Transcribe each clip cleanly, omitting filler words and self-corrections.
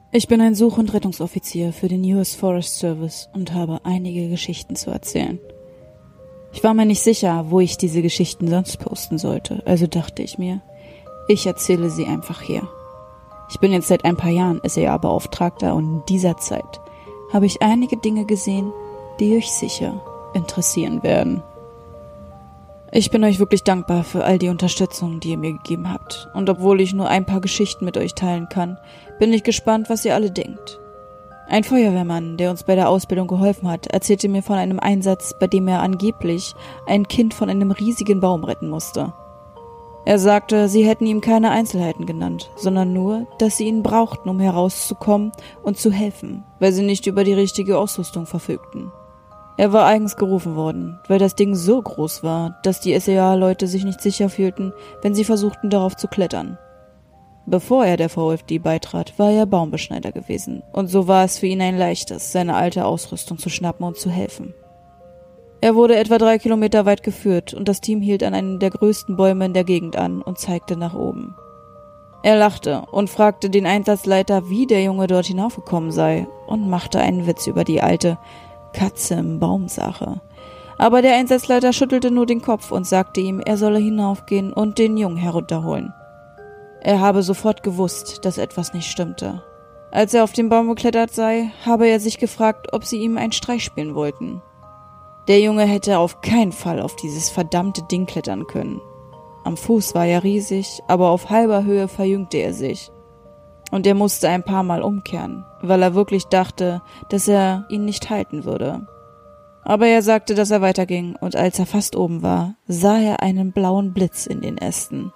Ich bin ein Such- und Rettungsoffizier für den US Forest Service und habe einige Geschichten zu erzählen. Ich war mir nicht sicher, wo ich diese Geschichten sonst posten sollte, also dachte ich mir, ich erzähle sie einfach hier. Ich bin jetzt seit ein paar Jahren SEA-Beauftragter und in dieser Zeit habe ich einige Dinge gesehen, die euch sicher interessieren werden. Ich bin euch wirklich dankbar für all die Unterstützung, die ihr mir gegeben habt. Und obwohl ich nur ein paar Geschichten mit euch teilen kann, bin ich gespannt, was ihr alle denkt. Ein Feuerwehrmann, der uns bei der Ausbildung geholfen hat, erzählte mir von einem Einsatz, bei dem er angeblich ein Kind von einem riesigen Baum retten musste. Er sagte, sie hätten ihm keine Einzelheiten genannt, sondern nur, dass sie ihn brauchten, um herauszukommen und zu helfen, weil sie nicht über die richtige Ausrüstung verfügten. Er war eigens gerufen worden, weil das Ding so groß war, dass die SEA-Leute sich nicht sicher fühlten, wenn sie versuchten, darauf zu klettern. Bevor er der VfD beitrat, war er Baumbeschneider gewesen, und so war es für ihn ein leichtes, seine alte Ausrüstung zu schnappen und zu helfen. Er wurde etwa 3 Kilometer weit geführt, und das Team hielt an einem der größten Bäume in der Gegend an und zeigte nach oben. Er lachte und fragte den Einsatzleiter, wie der Junge dort hinaufgekommen sei, und machte einen Witz über die alte Katze im Baum-Sache. Aber der Einsatzleiter schüttelte nur den Kopf und sagte ihm, er solle hinaufgehen und den Jungen herunterholen. Er habe sofort gewusst, dass etwas nicht stimmte. Als er auf den Baum geklettert sei, habe er sich gefragt, ob sie ihm einen Streich spielen wollten. Der Junge hätte auf keinen Fall auf dieses verdammte Ding klettern können. Am Fuß war er riesig, aber auf halber Höhe verjüngte er sich. Und er musste ein paar Mal umkehren, weil er wirklich dachte, dass er ihn nicht halten würde. Aber er sagte, dass er weiterging, und als er fast oben war, sah er einen blauen Blitz in den Ästen.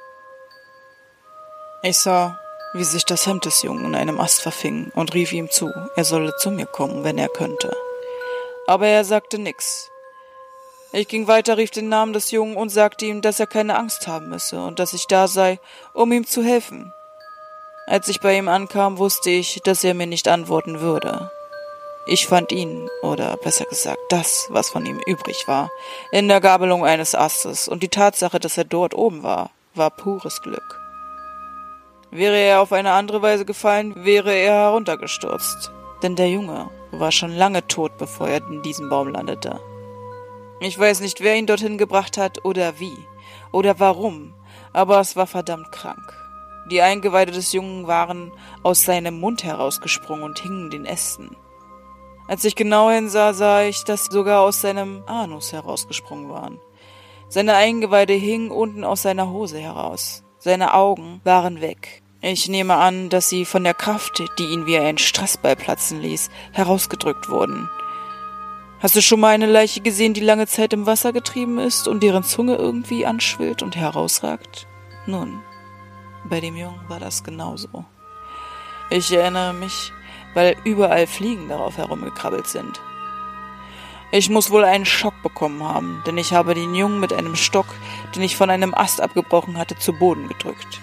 Ich sah, wie sich das Hemd des Jungen in einem Ast verfing und rief ihm zu, er solle zu mir kommen, wenn er könnte. Aber er sagte nix. Ich ging weiter, rief den Namen des Jungen und sagte ihm, dass er keine Angst haben müsse und dass ich da sei, um ihm zu helfen. Als ich bei ihm ankam, wusste ich, dass er mir nicht antworten würde. Ich fand ihn, oder besser gesagt das, was von ihm übrig war, in der Gabelung eines Astes, und die Tatsache, dass er dort oben war pures Glück. Wäre er auf eine andere Weise gefallen, wäre er heruntergestürzt, denn der Junge war schon lange tot, bevor er in diesem Baum landete. Ich weiß nicht, wer ihn dorthin gebracht hat oder wie oder warum, aber es war verdammt krank. Die Eingeweide des Jungen waren aus seinem Mund herausgesprungen und hingen in den Ästen. Als ich genau hinsah, sah ich, dass sie sogar aus seinem Anus herausgesprungen waren. Seine Eingeweide hingen unten aus seiner Hose heraus. Seine Augen waren weg. Ich nehme an, dass sie von der Kraft, die ihn wie ein Stressball platzen ließ, herausgedrückt wurden. Hast du schon mal eine Leiche gesehen, die lange Zeit im Wasser getrieben ist und deren Zunge irgendwie anschwillt und herausragt? Nun, bei dem Jungen war das genauso. Ich erinnere mich, weil überall Fliegen darauf herumgekrabbelt sind. Ich muss wohl einen Schock bekommen haben, denn ich habe den Jungen mit einem Stock, den ich von einem Ast abgebrochen hatte, zu Boden gedrückt.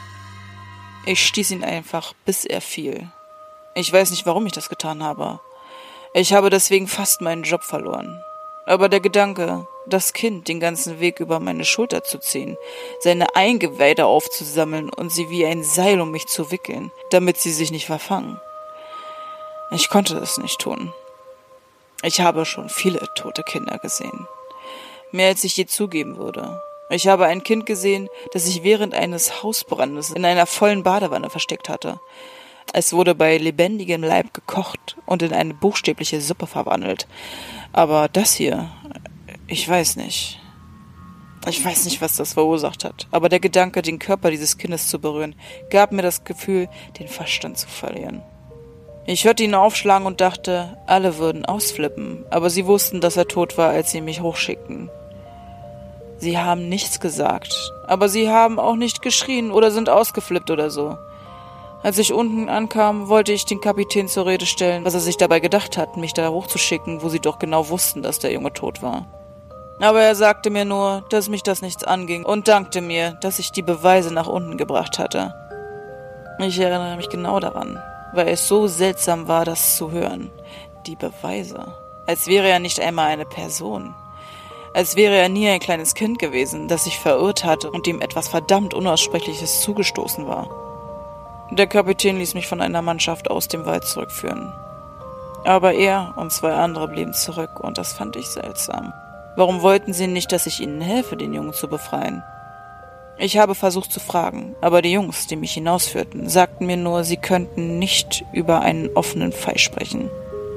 Ich stieß ihn einfach, bis er fiel. Ich weiß nicht, warum ich das getan habe. Ich habe deswegen fast meinen Job verloren. Aber der Gedanke, das Kind den ganzen Weg über meine Schulter zu ziehen, seine Eingeweide aufzusammeln und sie wie ein Seil um mich zu wickeln, damit sie sich nicht verfangen. Ich konnte es nicht tun. Ich habe schon viele tote Kinder gesehen. Mehr als ich je zugeben würde. Ich habe ein Kind gesehen, das sich während eines Hausbrandes in einer vollen Badewanne versteckt hatte. Es wurde bei lebendigem Leib gekocht und in eine buchstäbliche Suppe verwandelt. Aber das hier, ich weiß nicht. Ich weiß nicht, was das verursacht hat. Aber der Gedanke, den Körper dieses Kindes zu berühren, gab mir das Gefühl, den Verstand zu verlieren. Ich hörte ihn aufschlagen und dachte, alle würden ausflippen, aber sie wussten, dass er tot war, als sie mich hochschickten. Sie haben nichts gesagt, aber sie haben auch nicht geschrien oder sind ausgeflippt oder so. Als ich unten ankam, wollte ich den Kapitän zur Rede stellen, was er sich dabei gedacht hat, mich da hochzuschicken, wo sie doch genau wussten, dass der Junge tot war. Aber er sagte mir nur, dass mich das nichts anging und dankte mir, dass ich die Beweise nach unten gebracht hatte. Ich erinnere mich genau daran, weil es so seltsam war, das zu hören. Die Beweise. Als wäre er nicht einmal eine Person. Als wäre er nie ein kleines Kind gewesen, das sich verirrt hatte und ihm etwas verdammt Unaussprechliches zugestoßen war. Der Kapitän ließ mich von einer Mannschaft aus dem Wald zurückführen. Aber er und 2 andere blieben zurück und das fand ich seltsam. Warum wollten sie nicht, dass ich ihnen helfe, den Jungen zu befreien? Ich habe versucht zu fragen, aber die Jungs, die mich hinausführten, sagten mir nur, sie könnten nicht über einen offenen Fall sprechen.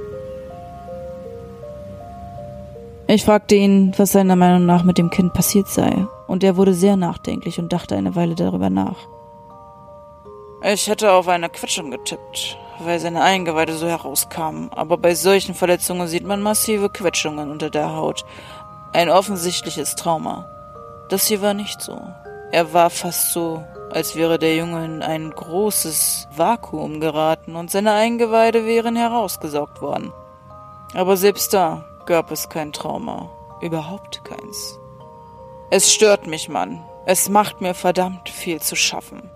Ich fragte ihn, was seiner Meinung nach mit dem Kind passiert sei, und er wurde sehr nachdenklich und dachte eine Weile darüber nach. Ich hätte auf eine Quetschung getippt, weil seine Eingeweide so herauskamen, aber bei solchen Verletzungen sieht man massive Quetschungen unter der Haut. Ein offensichtliches Trauma. Das hier war nicht so. Er war fast so, als wäre der Junge in ein großes Vakuum geraten und seine Eingeweide wären herausgesaugt worden. Aber selbst da gab es kein Trauma. Überhaupt keins. Es stört mich, Mann. Es macht mir verdammt viel zu schaffen.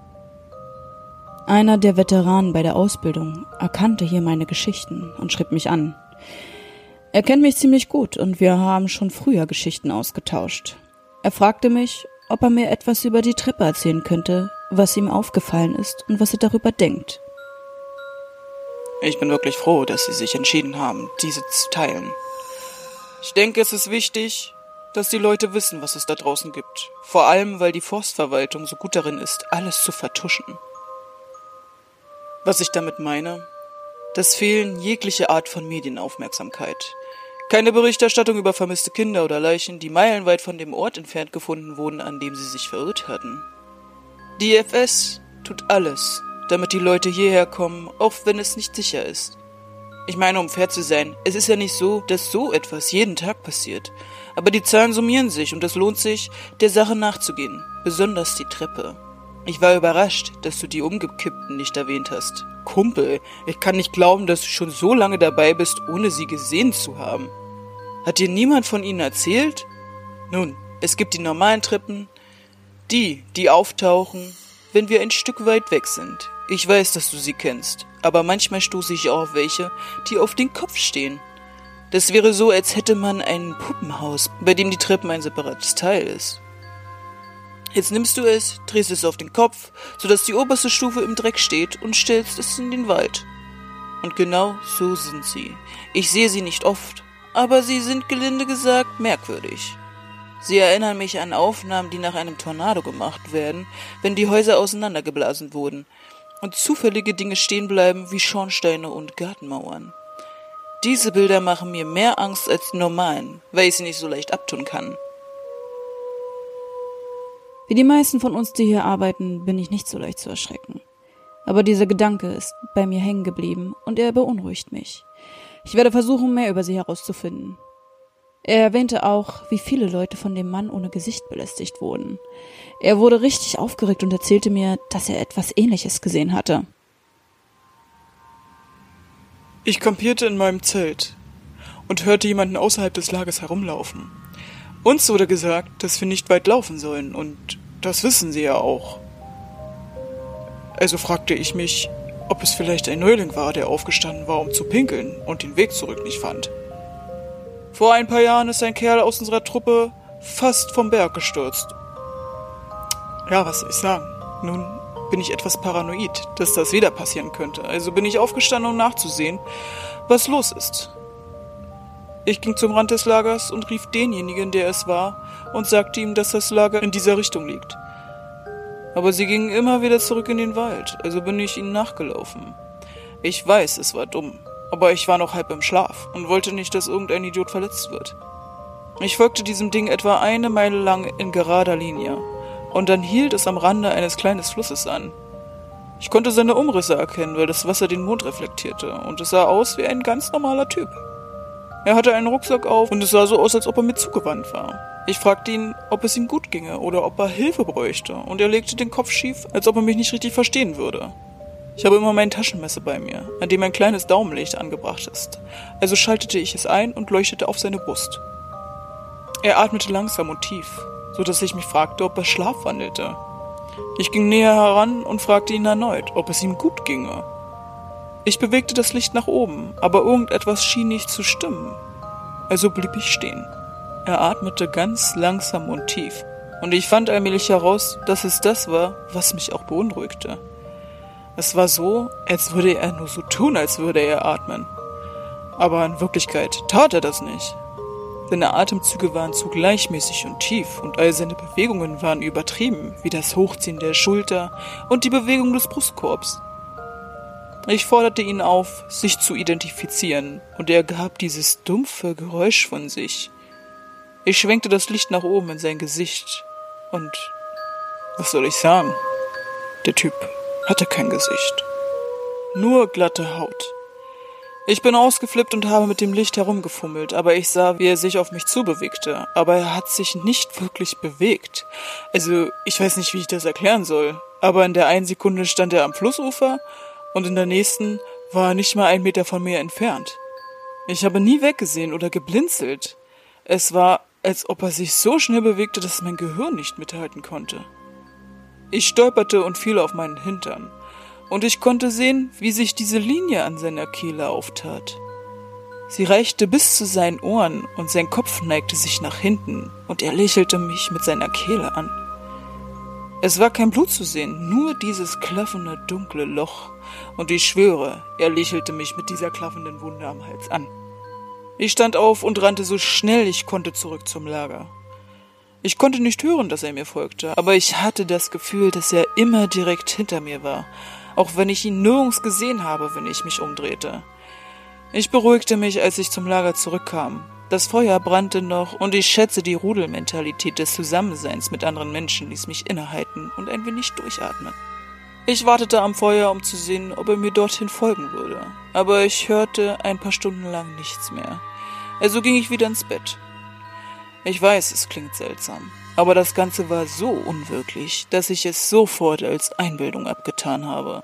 Einer der Veteranen bei der Ausbildung erkannte hier meine Geschichten und schrieb mich an. Er kennt mich ziemlich gut und wir haben schon früher Geschichten ausgetauscht. Er fragte mich, ob er mir etwas über die Treppe erzählen könnte, was ihm aufgefallen ist und was er darüber denkt. Ich bin wirklich froh, dass Sie sich entschieden haben, diese zu teilen. Ich denke, es ist wichtig, dass die Leute wissen, was es da draußen gibt. Vor allem, weil die Forstverwaltung so gut darin ist, alles zu vertuschen. Was ich damit meine? Das Fehlen jegliche Art von Medienaufmerksamkeit. Keine Berichterstattung über vermisste Kinder oder Leichen, die meilenweit von dem Ort entfernt gefunden wurden, an dem sie sich verirrt hatten. Die FS tut alles, damit die Leute hierher kommen, auch wenn es nicht sicher ist. Ich meine, um fair zu sein, es ist ja nicht so, dass so etwas jeden Tag passiert. Aber die Zahlen summieren sich und es lohnt sich, der Sache nachzugehen. Besonders die Treppe. Ich war überrascht, dass du die Umgekippten nicht erwähnt hast. Kumpel, ich kann nicht glauben, dass du schon so lange dabei bist, ohne sie gesehen zu haben. Hat dir niemand von ihnen erzählt? Nun, es gibt die normalen Treppen, die auftauchen, wenn wir ein Stück weit weg sind. Ich weiß, dass du sie kennst, aber manchmal stoße ich auch auf welche, die auf den Kopf stehen. Das wäre so, als hätte man ein Puppenhaus, bei dem die Treppen ein separates Teil ist. Jetzt nimmst du es, drehst es auf den Kopf, sodass die oberste Stufe im Dreck steht und stellst es in den Wald. Und genau so sind sie. Ich sehe sie nicht oft, aber sie sind gelinde gesagt merkwürdig. Sie erinnern mich an Aufnahmen, die nach einem Tornado gemacht werden, wenn die Häuser auseinandergeblasen wurden und zufällige Dinge stehen bleiben wie Schornsteine und Gartenmauern. Diese Bilder machen mir mehr Angst als die normalen, weil ich sie nicht so leicht abtun kann. Wie die meisten von uns, die hier arbeiten, bin ich nicht so leicht zu erschrecken. Aber dieser Gedanke ist bei mir hängen geblieben und er beunruhigt mich. Ich werde versuchen, mehr über sie herauszufinden. Er erwähnte auch, wie viele Leute von dem Mann ohne Gesicht belästigt wurden. Er wurde richtig aufgeregt und erzählte mir, dass er etwas Ähnliches gesehen hatte. Ich kampierte in meinem Zelt und hörte jemanden außerhalb des Lagers herumlaufen. Uns wurde gesagt, dass wir nicht weit laufen sollen, und das wissen sie ja auch. Also fragte ich mich, ob es vielleicht ein Neuling war, der aufgestanden war, um zu pinkeln und den Weg zurück nicht fand. Vor ein paar Jahren ist ein Kerl aus unserer Truppe fast vom Berg gestürzt. Ja, was soll ich sagen? Nun bin ich etwas paranoid, dass das wieder passieren könnte. Also bin ich aufgestanden, um nachzusehen, was los ist. Ich ging zum Rand des Lagers und rief denjenigen, der es war, und sagte ihm, dass das Lager in dieser Richtung liegt. Aber sie gingen immer wieder zurück in den Wald, also bin ich ihnen nachgelaufen. Ich weiß, es war dumm, aber ich war noch halb im Schlaf und wollte nicht, dass irgendein Idiot verletzt wird. Ich folgte diesem Ding etwa 1 Meile lang in gerader Linie, und dann hielt es am Rande eines kleinen Flusses an. Ich konnte seine Umrisse erkennen, weil das Wasser den Mond reflektierte, und es sah aus wie ein ganz normaler Typ. Er hatte einen Rucksack auf und es sah so aus, als ob er mir zugewandt war. Ich fragte ihn, ob es ihm gut ginge oder ob er Hilfe bräuchte, und er legte den Kopf schief, als ob er mich nicht richtig verstehen würde. Ich habe immer mein Taschenmesser bei mir, an dem ein kleines Daumenlicht angebracht ist. Also schaltete ich es ein und leuchtete auf seine Brust. Er atmete langsam und tief, so dass ich mich fragte, ob er schlafwandelte. Ich ging näher heran und fragte ihn erneut, ob es ihm gut ginge. Ich bewegte das Licht nach oben, aber irgendetwas schien nicht zu stimmen. Also blieb ich stehen. Er atmete ganz langsam und tief, und ich fand allmählich heraus, dass es das war, was mich auch beunruhigte. Es war so, als würde er nur so tun, als würde er atmen. Aber in Wirklichkeit tat er das nicht. Seine Atemzüge waren zu gleichmäßig und tief und all seine Bewegungen waren übertrieben, wie das Hochziehen der Schulter und die Bewegung des Brustkorbs. Ich forderte ihn auf, sich zu identifizieren, und er gab dieses dumpfe Geräusch von sich. Ich schwenkte das Licht nach oben in sein Gesicht und, was soll ich sagen? Der Typ hatte kein Gesicht. Nur glatte Haut. Ich bin ausgeflippt und habe mit dem Licht herumgefummelt, aber ich sah, wie er sich auf mich zubewegte. Aber er hat sich nicht wirklich bewegt. Also, ich weiß nicht, wie ich das erklären soll. Aber in der einen Sekunde stand er am Flussufer und in der nächsten war er nicht mal 1 Meter von mir entfernt. Ich habe nie weggesehen oder geblinzelt. Es war, als ob er sich so schnell bewegte, dass mein Gehirn nicht mithalten konnte. Ich stolperte und fiel auf meinen Hintern. Und ich konnte sehen, wie sich diese Linie an seiner Kehle auftat. Sie reichte bis zu seinen Ohren und sein Kopf neigte sich nach hinten und er lächelte mich mit seiner Kehle an. Es war kein Blut zu sehen, nur dieses klaffende, dunkle Loch. Und ich schwöre, er lächelte mich mit dieser klaffenden Wunde am Hals an. Ich stand auf und rannte so schnell ich konnte zurück zum Lager. Ich konnte nicht hören, dass er mir folgte, aber ich hatte das Gefühl, dass er immer direkt hinter mir war, auch wenn ich ihn nirgends gesehen habe, wenn ich mich umdrehte. Ich beruhigte mich, als ich zum Lager zurückkam. Das Feuer brannte noch und ich schätze, die Rudelmentalität des Zusammenseins mit anderen Menschen ließ mich innehalten und ein wenig durchatmen. Ich wartete am Feuer, um zu sehen, ob er mir dorthin folgen würde, aber ich hörte ein paar Stunden lang nichts mehr. Also ging ich wieder ins Bett. Ich weiß, es klingt seltsam, aber das Ganze war so unwirklich, dass ich es sofort als Einbildung abgetan habe.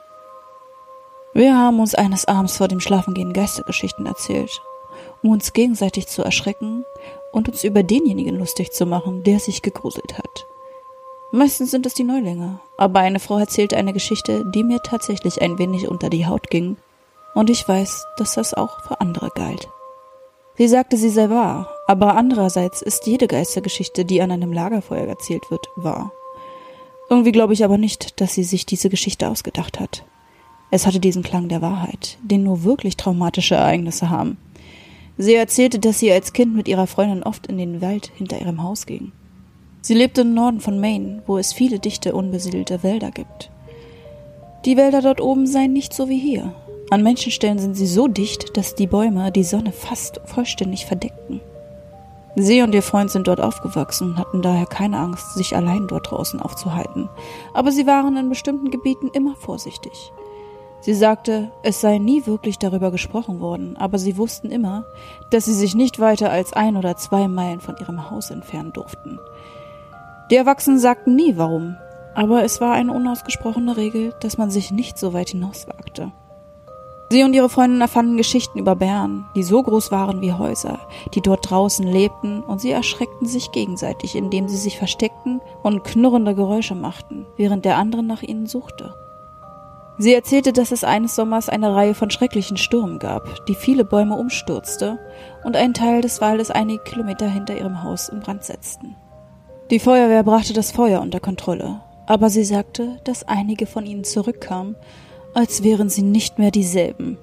Wir haben uns eines Abends vor dem Schlafengehen Geistergeschichten erzählt, um uns gegenseitig zu erschrecken und uns über denjenigen lustig zu machen, der sich gegruselt hat. Meistens sind es die Neulinge, aber eine Frau erzählte eine Geschichte, die mir tatsächlich ein wenig unter die Haut ging, und ich weiß, dass das auch für andere galt. Sie sagte, sie sei wahr, aber andererseits ist jede Geistergeschichte, die an einem Lagerfeuer erzählt wird, wahr. Irgendwie glaube ich aber nicht, dass sie sich diese Geschichte ausgedacht hat. Es hatte diesen Klang der Wahrheit, den nur wirklich traumatische Ereignisse haben. Sie erzählte, dass sie als Kind mit ihrer Freundin oft in den Wald hinter ihrem Haus ging. Sie lebte im Norden von Maine, wo es viele dichte, unbesiedelte Wälder gibt. Die Wälder dort oben seien nicht so wie hier. An manchen Stellen sind sie so dicht, dass die Bäume die Sonne fast vollständig verdeckten. Sie und ihr Freund sind dort aufgewachsen und hatten daher keine Angst, sich allein dort draußen aufzuhalten. Aber sie waren in bestimmten Gebieten immer vorsichtig. Sie sagte, es sei nie wirklich darüber gesprochen worden, aber sie wussten immer, dass sie sich nicht weiter als 1 oder 2 Meilen von ihrem Haus entfernen durften. Die Erwachsenen sagten nie warum, aber es war eine unausgesprochene Regel, dass man sich nicht so weit hinauswagte. Sie und ihre Freundin erfanden Geschichten über Bären, die so groß waren wie Häuser, die dort draußen lebten, und sie erschreckten sich gegenseitig, indem sie sich versteckten und knurrende Geräusche machten, während der andere nach ihnen suchte. Sie erzählte, dass es eines Sommers eine Reihe von schrecklichen Stürmen gab, die viele Bäume umstürzte und einen Teil des Waldes einige Kilometer hinter ihrem Haus in Brand setzten. Die Feuerwehr brachte das Feuer unter Kontrolle, aber sie sagte, dass einige von ihnen zurückkamen, als wären sie nicht mehr dieselben.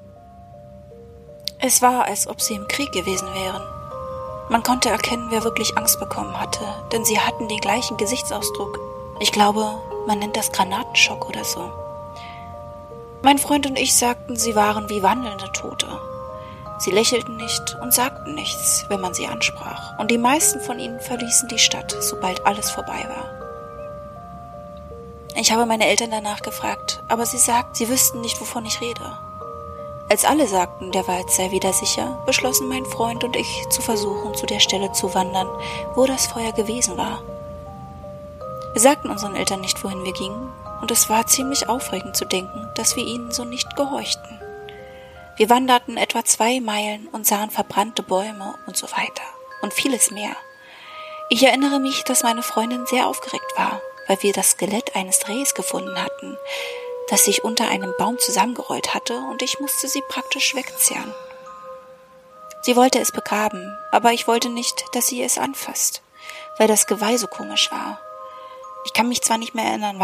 Es war, als ob sie im Krieg gewesen wären. Man konnte erkennen, wer wirklich Angst bekommen hatte, denn sie hatten den gleichen Gesichtsausdruck. Ich glaube, man nennt das Granatenschock oder so. Mein Freund und ich sagten, sie waren wie wandelnde Tote. Sie lächelten nicht und sagten nichts, wenn man sie ansprach, und die meisten von ihnen verließen die Stadt, sobald alles vorbei war. Ich habe meine Eltern danach gefragt, aber sie sagten, sie wüssten nicht, wovon ich rede. Als alle sagten, der Wald sei wieder sicher, beschlossen mein Freund und ich, zu versuchen, zu der Stelle zu wandern, wo das Feuer gewesen war. Wir sagten unseren Eltern nicht, wohin wir gingen, und es war ziemlich aufregend zu denken, dass wir ihnen so nicht gehorchten. Wir wanderten etwa 2 Meilen und sahen verbrannte Bäume und so weiter und vieles mehr. Ich erinnere mich, dass meine Freundin sehr aufgeregt war, weil wir das Skelett eines Rehs gefunden hatten, das sich unter einem Baum zusammengerollt hatte, und ich musste sie praktisch wegzerren. Sie wollte es begraben, aber ich wollte nicht, dass sie es anfasst, weil das Geweih so komisch war. Ich kann mich zwar nicht mehr erinnern, warum,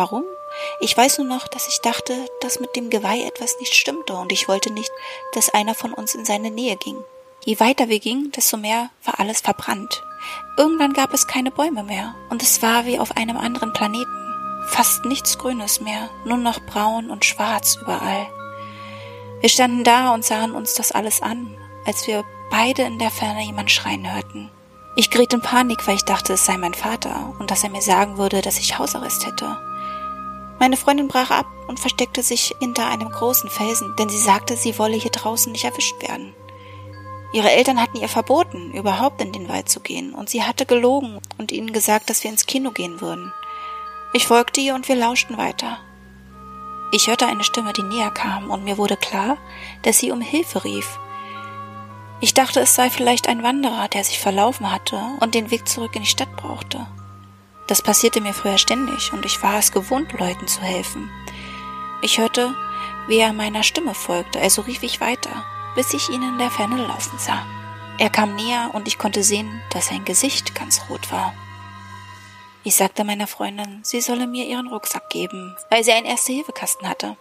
Ich weiß nur noch, dass ich dachte, dass mit dem Geweih etwas nicht stimmte und ich wollte nicht, dass einer von uns in seine Nähe ging. Je weiter wir gingen, desto mehr war alles verbrannt. Irgendwann gab es keine Bäume mehr und es war wie auf einem anderen Planeten. Fast nichts Grünes mehr, nur noch braun und schwarz überall. Wir standen da und sahen uns das alles an, als wir beide in der Ferne jemand schreien hörten. Ich geriet in Panik, weil ich dachte, es sei mein Vater und dass er mir sagen würde, dass ich Hausarrest hätte. Meine Freundin brach ab und versteckte sich hinter einem großen Felsen, denn sie sagte, sie wolle hier draußen nicht erwischt werden. Ihre Eltern hatten ihr verboten, überhaupt in den Wald zu gehen, und sie hatte gelogen und ihnen gesagt, dass wir ins Kino gehen würden. Ich folgte ihr und wir lauschten weiter. Ich hörte eine Stimme, die näher kam, und mir wurde klar, dass sie um Hilfe rief. Ich dachte, es sei vielleicht ein Wanderer, der sich verlaufen hatte und den Weg zurück in die Stadt brauchte. Das passierte mir früher ständig, und ich war es gewohnt, Leuten zu helfen. Ich hörte, wie er meiner Stimme folgte, also rief ich weiter, bis ich ihn in der Ferne laufen sah. Er kam näher und ich konnte sehen, dass sein Gesicht ganz rot war. Ich sagte meiner Freundin, sie solle mir ihren Rucksack geben, weil sie einen Erste-Hilfe-Kasten hatte.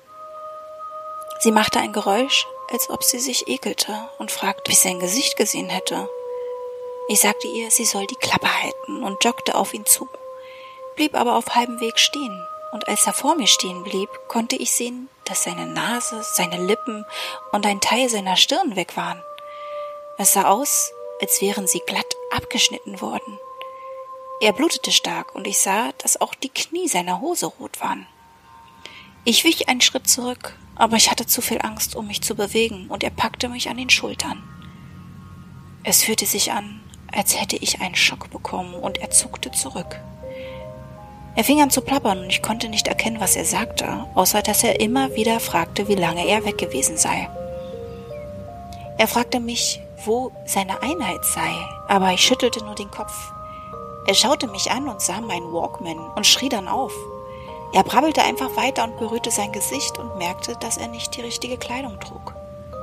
Sie machte ein Geräusch, als ob sie sich ekelte und fragte, ob ich sein Gesicht gesehen hätte. Ich sagte ihr, sie soll die Klappe halten und joggte auf ihn zu, blieb aber auf halbem Weg stehen. Und als er vor mir stehen blieb, konnte ich sehen, dass seine Nase, seine Lippen und ein Teil seiner Stirn weg waren. Es sah aus, als wären sie glatt abgeschnitten worden. Er blutete stark und ich sah, dass auch die Knie seiner Hose rot waren. Ich wich einen Schritt zurück, aber ich hatte zu viel Angst, um mich zu bewegen, und er packte mich an den Schultern. Es fühlte sich an, als hätte ich einen Schock bekommen, und er zuckte zurück. Er fing an zu plappern und ich konnte nicht erkennen, was er sagte, außer dass er immer wieder fragte, wie lange er weg gewesen sei. Er fragte mich, wo seine Einheit sei, aber ich schüttelte nur den Kopf. Er schaute mich an und sah meinen Walkman und schrie dann auf. Er brabbelte einfach weiter und berührte sein Gesicht und merkte, dass er nicht die richtige Kleidung trug.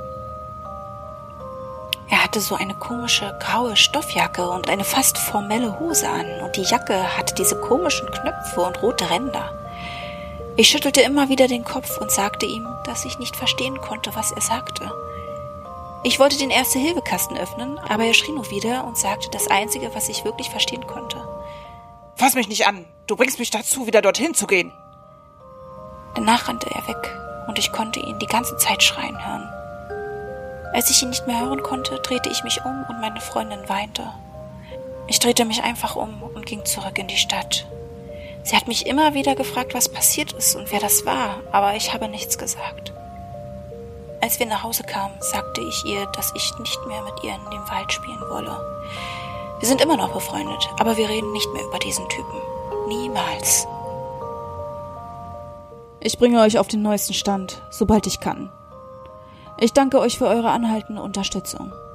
Er hatte so eine komische graue Stoffjacke und eine fast formelle Hose an, und die Jacke hatte diese komischen Knöpfe und rote Ränder. Ich schüttelte immer wieder den Kopf und sagte ihm, dass ich nicht verstehen konnte, was er sagte. Ich wollte den Erste-Hilfe-Kasten öffnen, aber er schrie nur wieder und sagte das Einzige, was ich wirklich verstehen konnte. Fass mich nicht an! Du bringst mich dazu, wieder dorthin zu gehen! Danach rannte er weg und ich konnte ihn die ganze Zeit schreien hören. Als ich ihn nicht mehr hören konnte, drehte ich mich um und meine Freundin weinte. Ich drehte mich einfach um und ging zurück in die Stadt. Sie hat mich immer wieder gefragt, was passiert ist und wer das war, aber ich habe nichts gesagt. Als wir nach Hause kamen, sagte ich ihr, dass ich nicht mehr mit ihr in dem Wald spielen wolle. Wir sind immer noch befreundet, aber wir reden nicht mehr über diesen Typen. Niemals. Ich bringe euch auf den neuesten Stand, sobald ich kann. Ich danke euch für eure anhaltende Unterstützung.